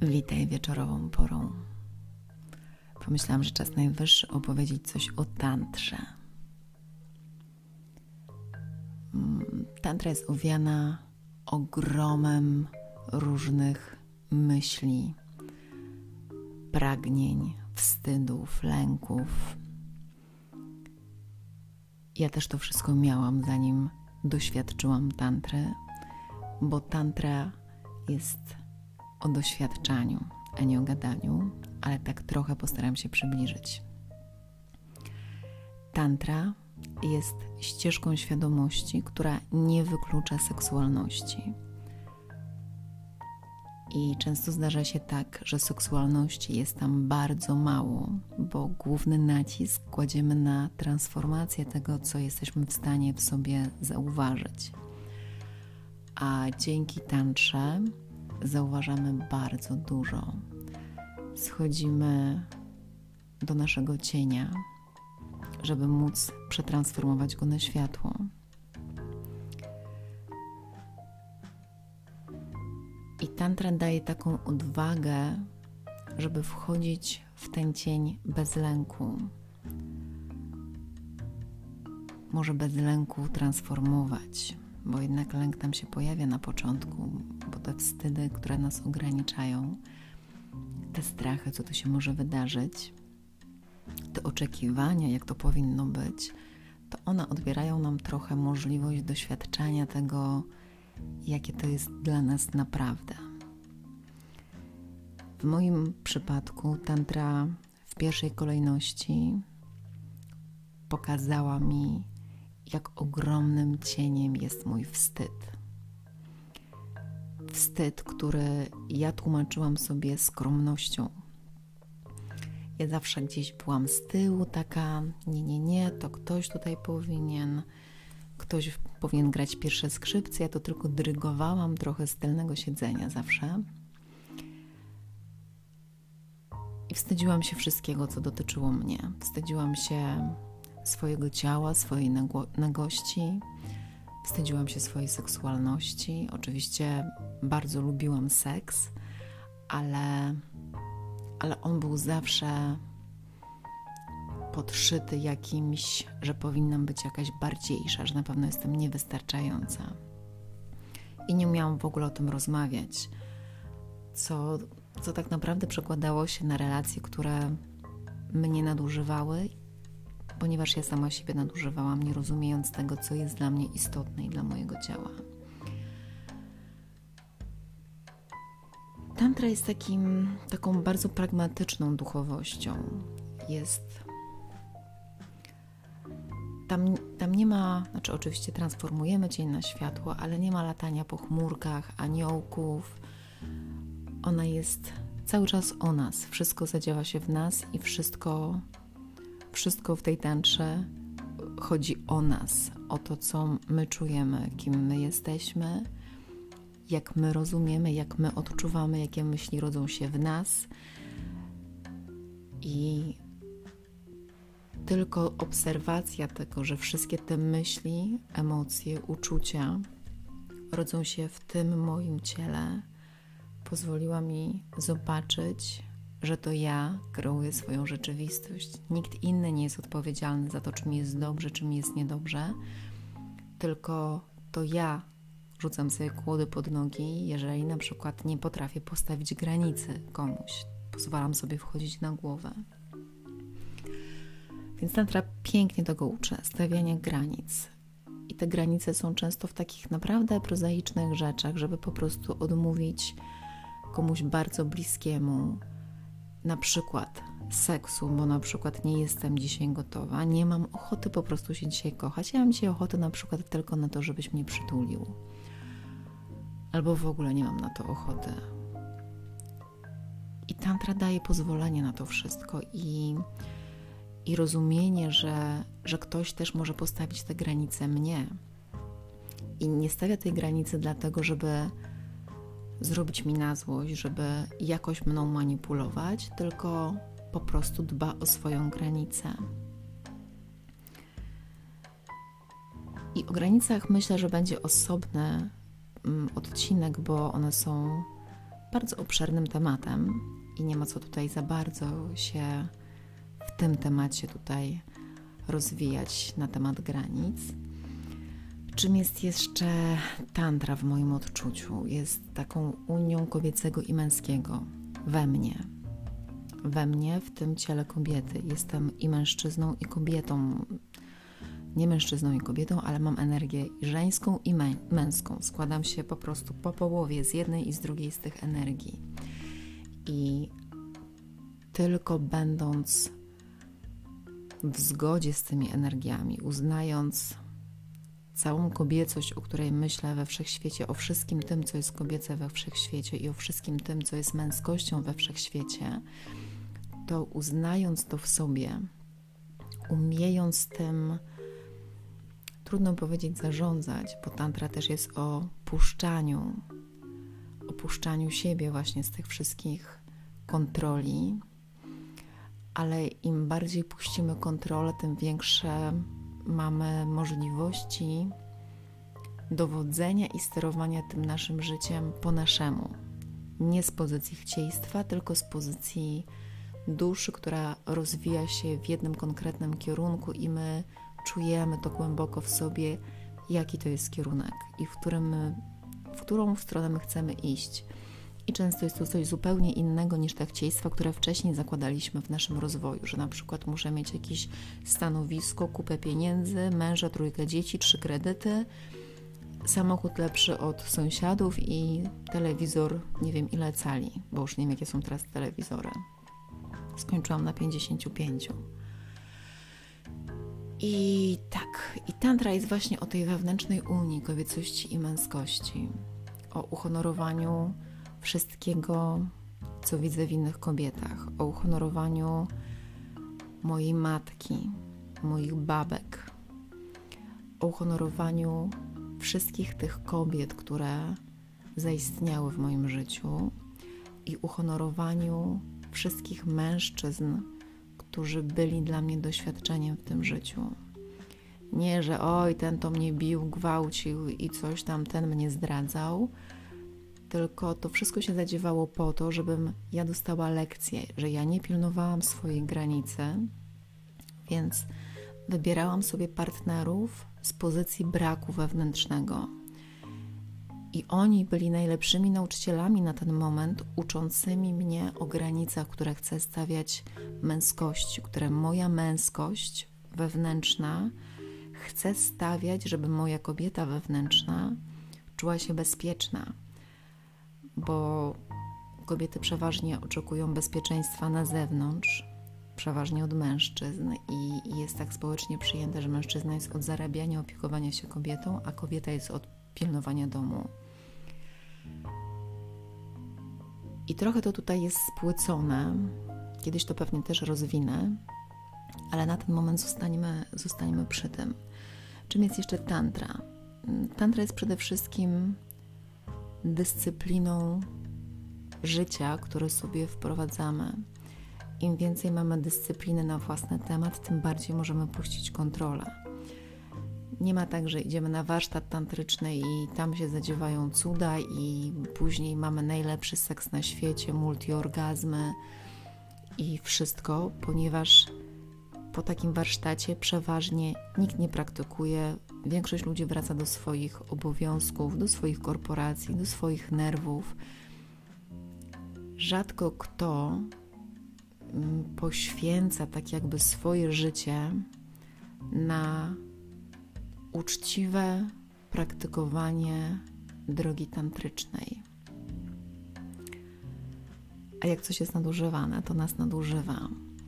Witaj wieczorową porą. Pomyślałam, że czas najwyższy opowiedzieć coś o tantrze. Tantra jest owiana ogromem różnych myśli, pragnień, wstydów, lęków. Ja też to wszystko miałam, zanim doświadczyłam tantry, bo tantra jest o doświadczaniu, a nie o gadaniu, ale tak trochę postaram się przybliżyć. Tantra jest ścieżką świadomości, która nie wyklucza seksualności. I często zdarza się tak, że seksualności jest tam bardzo mało, bo główny nacisk kładziemy na transformację tego, co jesteśmy w stanie w sobie zauważyć. A dzięki tantrze zauważamy bardzo dużo. Schodzimy do naszego cienia, żeby móc przetransformować go na światło. I tantra daje taką odwagę, żeby wchodzić w ten cień bez lęku. Może bez lęku transformować, bo jednak lęk tam się pojawia na początku, bo te wstydy, które nas ograniczają, te strachy, co tu się może wydarzyć, te oczekiwania, jak to powinno być, to one odbierają nam trochę możliwość doświadczania tego, jakie to jest dla nas naprawdę. W moim przypadku tantra w pierwszej kolejności pokazała mi, jak ogromnym cieniem jest mój wstyd. Wstyd, który ja tłumaczyłam sobie skromnością. Ja zawsze gdzieś byłam z tyłu, taka nie, to ktoś tutaj powinien, ktoś powinien grać pierwsze skrzypce, ja to tylko dyrygowałam trochę z tylnego siedzenia zawsze. I wstydziłam się wszystkiego, co dotyczyło mnie. Wstydziłam się swojego ciała, swojej nagości, wstydziłam się swojej seksualności. Oczywiście bardzo lubiłam seks, ale on był zawsze podszyty jakimś, że powinnam być jakaś bardziejsza, że na pewno jestem niewystarczająca. I nie umiałam w ogóle o tym rozmawiać, co tak naprawdę przekładało się na relacje, które mnie nadużywały, ponieważ ja sama siebie nadużywałam, nie rozumiejąc tego, co jest dla mnie istotne i dla mojego ciała. Tantra jest taką bardzo pragmatyczną duchowością. Tam nie ma, oczywiście transformujemy cień na światło, ale nie ma latania po chmurkach, aniołków. Ona jest cały czas o nas. Wszystko zadziała się w nas i wszystko w tej tantrze chodzi o nas, o to, co my czujemy, kim my jesteśmy, jak my rozumiemy, jak my odczuwamy, jakie myśli rodzą się w nas. I tylko obserwacja tego, że wszystkie te myśli, emocje, uczucia rodzą się w tym moim ciele, pozwoliła mi zobaczyć, że to ja kreuję swoją rzeczywistość. Nikt inny nie jest odpowiedzialny za to, czy mi jest dobrze, czy mi jest niedobrze, tylko to ja rzucam sobie kłody pod nogi, jeżeli na przykład nie potrafię postawić granicy komuś. Pozwalam sobie wchodzić na głowę. Więc tantra pięknie tego uczy, stawiania granic. I te granice są często w takich naprawdę prozaicznych rzeczach, żeby po prostu odmówić komuś bardzo bliskiemu, na przykład seksu, bo na przykład nie jestem dzisiaj gotowa, nie mam ochoty po prostu się dzisiaj kochać. Ja mam dzisiaj ochotę na przykład tylko na to, żebyś mnie przytulił. Albo w ogóle nie mam na to ochoty. I tantra daje pozwolenie na to wszystko i rozumienie, że ktoś też może postawić te granice mnie. I nie stawia tej granicy dlatego, żeby zrobić mi na złość, żeby jakoś mną manipulować, tylko po prostu dba o swoją granicę. I o granicach myślę, że będzie osobny odcinek, bo one są bardzo obszernym tematem i nie ma co tutaj za bardzo się w tym temacie tutaj rozwijać na temat granic. Czym jest jeszcze tantra w moim odczuciu? Jest taką unią kobiecego i męskiego we mnie. We mnie, w tym ciele kobiety. Jestem i mężczyzną, i kobietą. Nie mężczyzną i kobietą, ale mam energię i żeńską, i męską. Składam się po prostu po połowie z jednej i z drugiej z tych energii. I tylko będąc w zgodzie z tymi energiami, uznając całą kobiecość, o której myślę we wszechświecie, o wszystkim tym, co jest kobiece we wszechświecie i o wszystkim tym, co jest męskością we wszechświecie, to uznając to w sobie, umiejąc tym, trudno powiedzieć zarządzać, bo tantra też jest o opuszczaniu siebie właśnie z tych wszystkich kontroli, ale im bardziej puścimy kontrolę, tym większe mamy możliwości dowodzenia i sterowania tym naszym życiem po naszemu. Nie z pozycji chcieństwa, tylko z pozycji duszy, która rozwija się w jednym konkretnym kierunku i my czujemy to głęboko w sobie, jaki to jest kierunek i w którą stronę my chcemy iść. I często jest to coś zupełnie innego niż te chcieństwa, które wcześniej zakładaliśmy w naszym rozwoju, że na przykład muszę mieć jakieś stanowisko, kupę pieniędzy, męża, 3 dzieci, 3 kredyty, samochód lepszy od sąsiadów i telewizor nie wiem ile cali, bo już nie wiem jakie są teraz telewizory. Skończyłam na 55. I tak, i tantra jest właśnie o tej wewnętrznej unii kobiecości i męskości, o uhonorowaniu wszystkiego, co widzę w innych kobietach, o uhonorowaniu mojej matki, moich babek, o uhonorowaniu wszystkich tych kobiet, które zaistniały w moim życiu i uhonorowaniu wszystkich mężczyzn, którzy byli dla mnie doświadczeniem w tym życiu. Nie, że oj, ten to mnie bił, gwałcił i coś tam, ten mnie zdradzał, tylko to wszystko się zadziewało po to, żebym ja dostała lekcję, że ja nie pilnowałam swojej granicy, więc wybierałam sobie partnerów z pozycji braku wewnętrznego. I oni byli najlepszymi nauczycielami na ten moment, uczącymi mnie o granicach, które chcę stawiać męskości, które moja męskość wewnętrzna chce stawiać, żeby moja kobieta wewnętrzna czuła się bezpieczna. Bo kobiety przeważnie oczekują bezpieczeństwa na zewnątrz, przeważnie od mężczyzn i jest tak społecznie przyjęte, że mężczyzna jest od zarabiania, opiekowania się kobietą, a kobieta jest od pilnowania domu. I trochę to tutaj jest spłycone, kiedyś to pewnie też rozwinę, ale na ten moment zostaniemy przy tym. Czym jest jeszcze tantra? Tantra jest przede wszystkim dyscypliną życia, które sobie wprowadzamy. Im więcej mamy dyscypliny na własny temat, tym bardziej możemy puścić kontrolę. Nie ma tak, że idziemy na warsztat tantryczny i tam się zadziewają cuda i później mamy najlepszy seks na świecie, multiorgazmy i wszystko, ponieważ po takim warsztacie przeważnie nikt nie praktykuje. Większość ludzi wraca do swoich obowiązków, do swoich korporacji, do swoich nerwów. Rzadko kto poświęca tak jakby swoje życie na uczciwe praktykowanie drogi tantrycznej. A jak coś jest nadużywane, to nas nadużywa.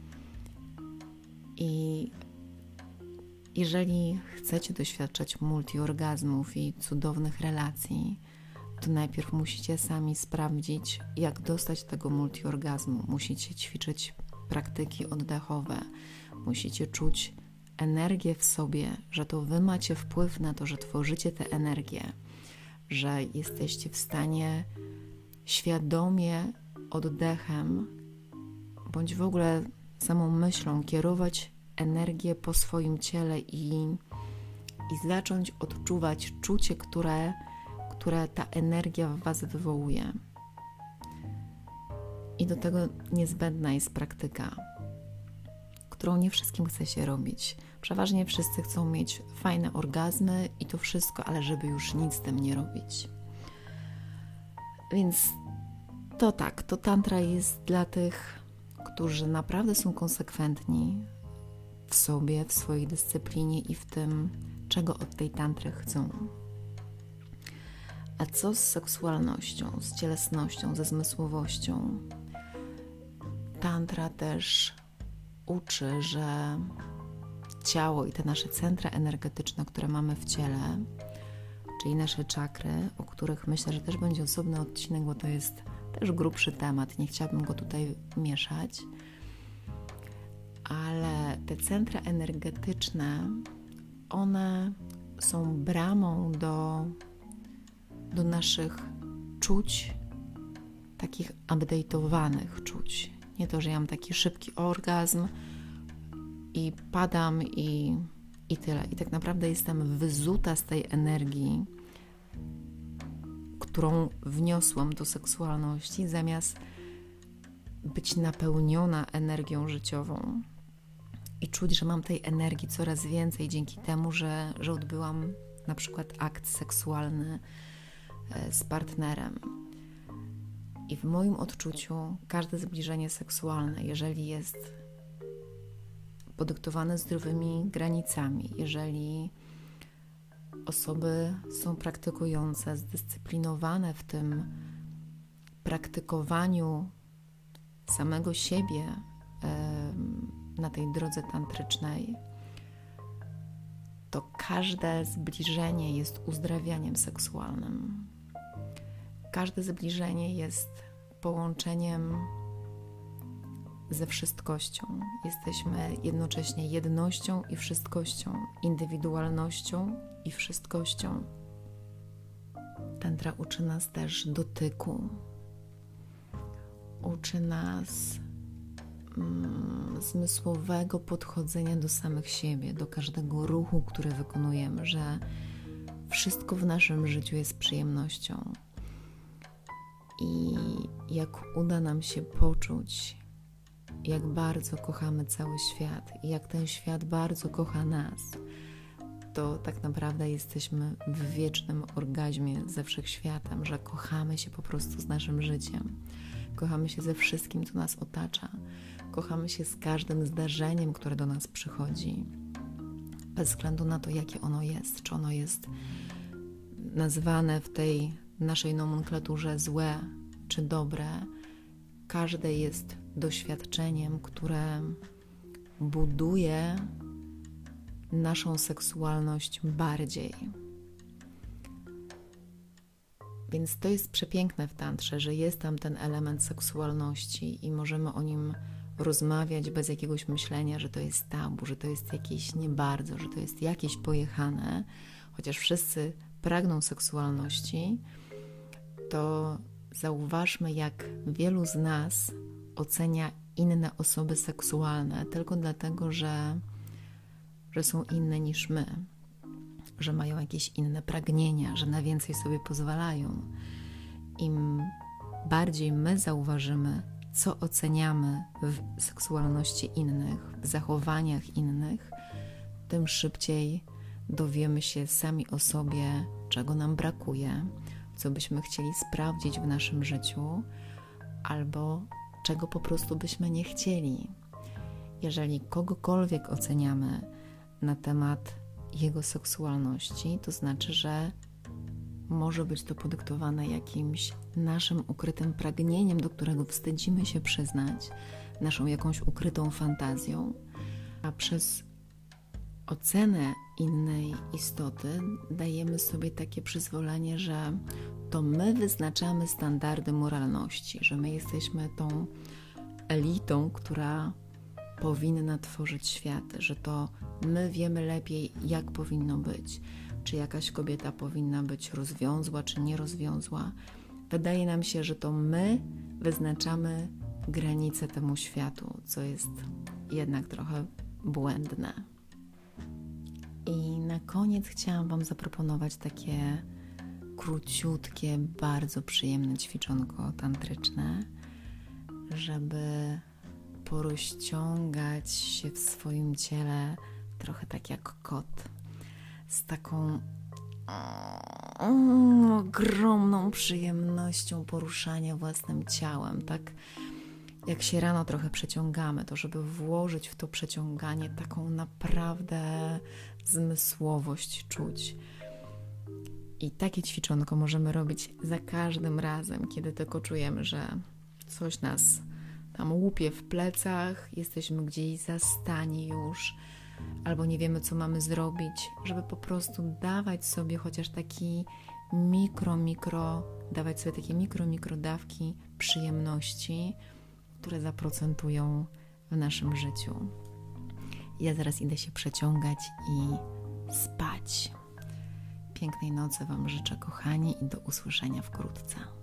I jeżeli chcecie doświadczać multiorgazmów i cudownych relacji, to najpierw musicie sami sprawdzić, jak dostać tego multiorgazmu. Musicie ćwiczyć praktyki oddechowe, musicie czuć energię w sobie, że to wy macie wpływ na to, że tworzycie tę energię, że jesteście w stanie świadomie oddechem bądź w ogóle samą myślą kierować energię po swoim ciele i zacząć odczuwać czucie, które ta energia w was wywołuje. I do tego niezbędna jest praktyka, którą nie wszystkim chce się robić. Przeważnie wszyscy chcą mieć fajne orgazmy i to wszystko, ale żeby już nic z tym nie robić. Więc to tak, to tantra jest dla tych, którzy naprawdę są konsekwentni w sobie, w swojej dyscyplinie i w tym, czego od tej tantry chcą. A co z seksualnością, z cielesnością, ze zmysłowością? Tantra też uczy, że ciało i te nasze centra energetyczne, które mamy w ciele, czyli nasze czakry, o których myślę, że też będzie osobny odcinek, bo to jest też grubszy temat, nie chciałabym go tutaj mieszać, ale te centra energetyczne, one są bramą do naszych czuć, takich update'owanych czuć. Nie to, że ja mam taki szybki orgazm i padam i tyle. I tak naprawdę jestem wyzuta z tej energii, którą wniosłam do seksualności, zamiast być napełniona energią życiową i czuć, że mam tej energii coraz więcej dzięki temu, że odbyłam na przykład akt seksualny z partnerem. I w moim odczuciu każde zbliżenie seksualne, jeżeli jest podyktowane zdrowymi granicami, jeżeli osoby są praktykujące, zdyscyplinowane w tym praktykowaniu samego siebie na tej drodze tantrycznej, to każde zbliżenie jest uzdrawianiem seksualnym. Każde zbliżenie jest połączeniem ze wszystkością. Jesteśmy jednocześnie jednością i wszystkością, indywidualnością i wszystkością. Tantra uczy nas też dotyku. Uczy nas zmysłowego podchodzenia do samych siebie, do każdego ruchu, który wykonujemy, że wszystko w naszym życiu jest przyjemnością. I jak uda nam się poczuć, jak bardzo kochamy cały świat i jak ten świat bardzo kocha nas, to tak naprawdę jesteśmy w wiecznym orgazmie ze wszechświatem, że kochamy się po prostu z naszym życiem. Kochamy się ze wszystkim, co nas otacza. Kochamy się z każdym zdarzeniem, które do nas przychodzi. Bez względu na to, jakie ono jest. Czy ono jest nazwane w tej naszej nomenklaturze złe czy dobre. Każde jest doświadczeniem, które buduje naszą seksualność bardziej. Więc to jest przepiękne w tantrze, że jest tam ten element seksualności i możemy o nim rozmawiać bez jakiegoś myślenia, że to jest tabu, że to jest jakieś nie bardzo, że to jest jakieś pojechane, chociaż wszyscy pragną seksualności, to zauważmy, jak wielu z nas ocenia inne osoby seksualne tylko dlatego, że są inne niż my, że mają jakieś inne pragnienia, że na więcej sobie pozwalają. Im bardziej my zauważymy, co oceniamy w seksualności innych, w zachowaniach innych, tym szybciej dowiemy się sami o sobie, czego nam brakuje, co byśmy chcieli sprawdzić w naszym życiu, albo czego po prostu byśmy nie chcieli. Jeżeli kogokolwiek oceniamy na temat jego seksualności, to znaczy, że może być to podyktowane jakimś naszym ukrytym pragnieniem, do którego wstydzimy się przyznać, naszą jakąś ukrytą fantazją, a przez ocenę innej istoty dajemy sobie takie przyzwolenie, że to my wyznaczamy standardy moralności, że my jesteśmy tą elitą, która powinna tworzyć świat, że to my wiemy lepiej, jak powinno być, czy jakaś kobieta powinna być rozwiązła, czy nierozwiązła. Wydaje nam się, że to my wyznaczamy granice temu światu, co jest jednak trochę błędne. I na koniec chciałam Wam zaproponować takie króciutkie, bardzo przyjemne ćwiczonko tantryczne, żeby porozciągać się w swoim ciele trochę tak jak kot, z taką ogromną przyjemnością poruszania własnym ciałem, tak jak się rano trochę przeciągamy, to żeby włożyć w to przeciąganie taką naprawdę zmysłowość czuć. I takie ćwiczonko możemy robić za każdym razem, kiedy tylko czujemy, że coś nas tam łupie w plecach, jesteśmy gdzieś zastani już, albo nie wiemy, co mamy zrobić, żeby po prostu dawać sobie chociaż taki dawać sobie takie mikro dawki przyjemności, które zaprocentują w naszym życiu. Ja zaraz idę się przeciągać i spać. Pięknej nocy Wam życzę, kochani, i do usłyszenia wkrótce.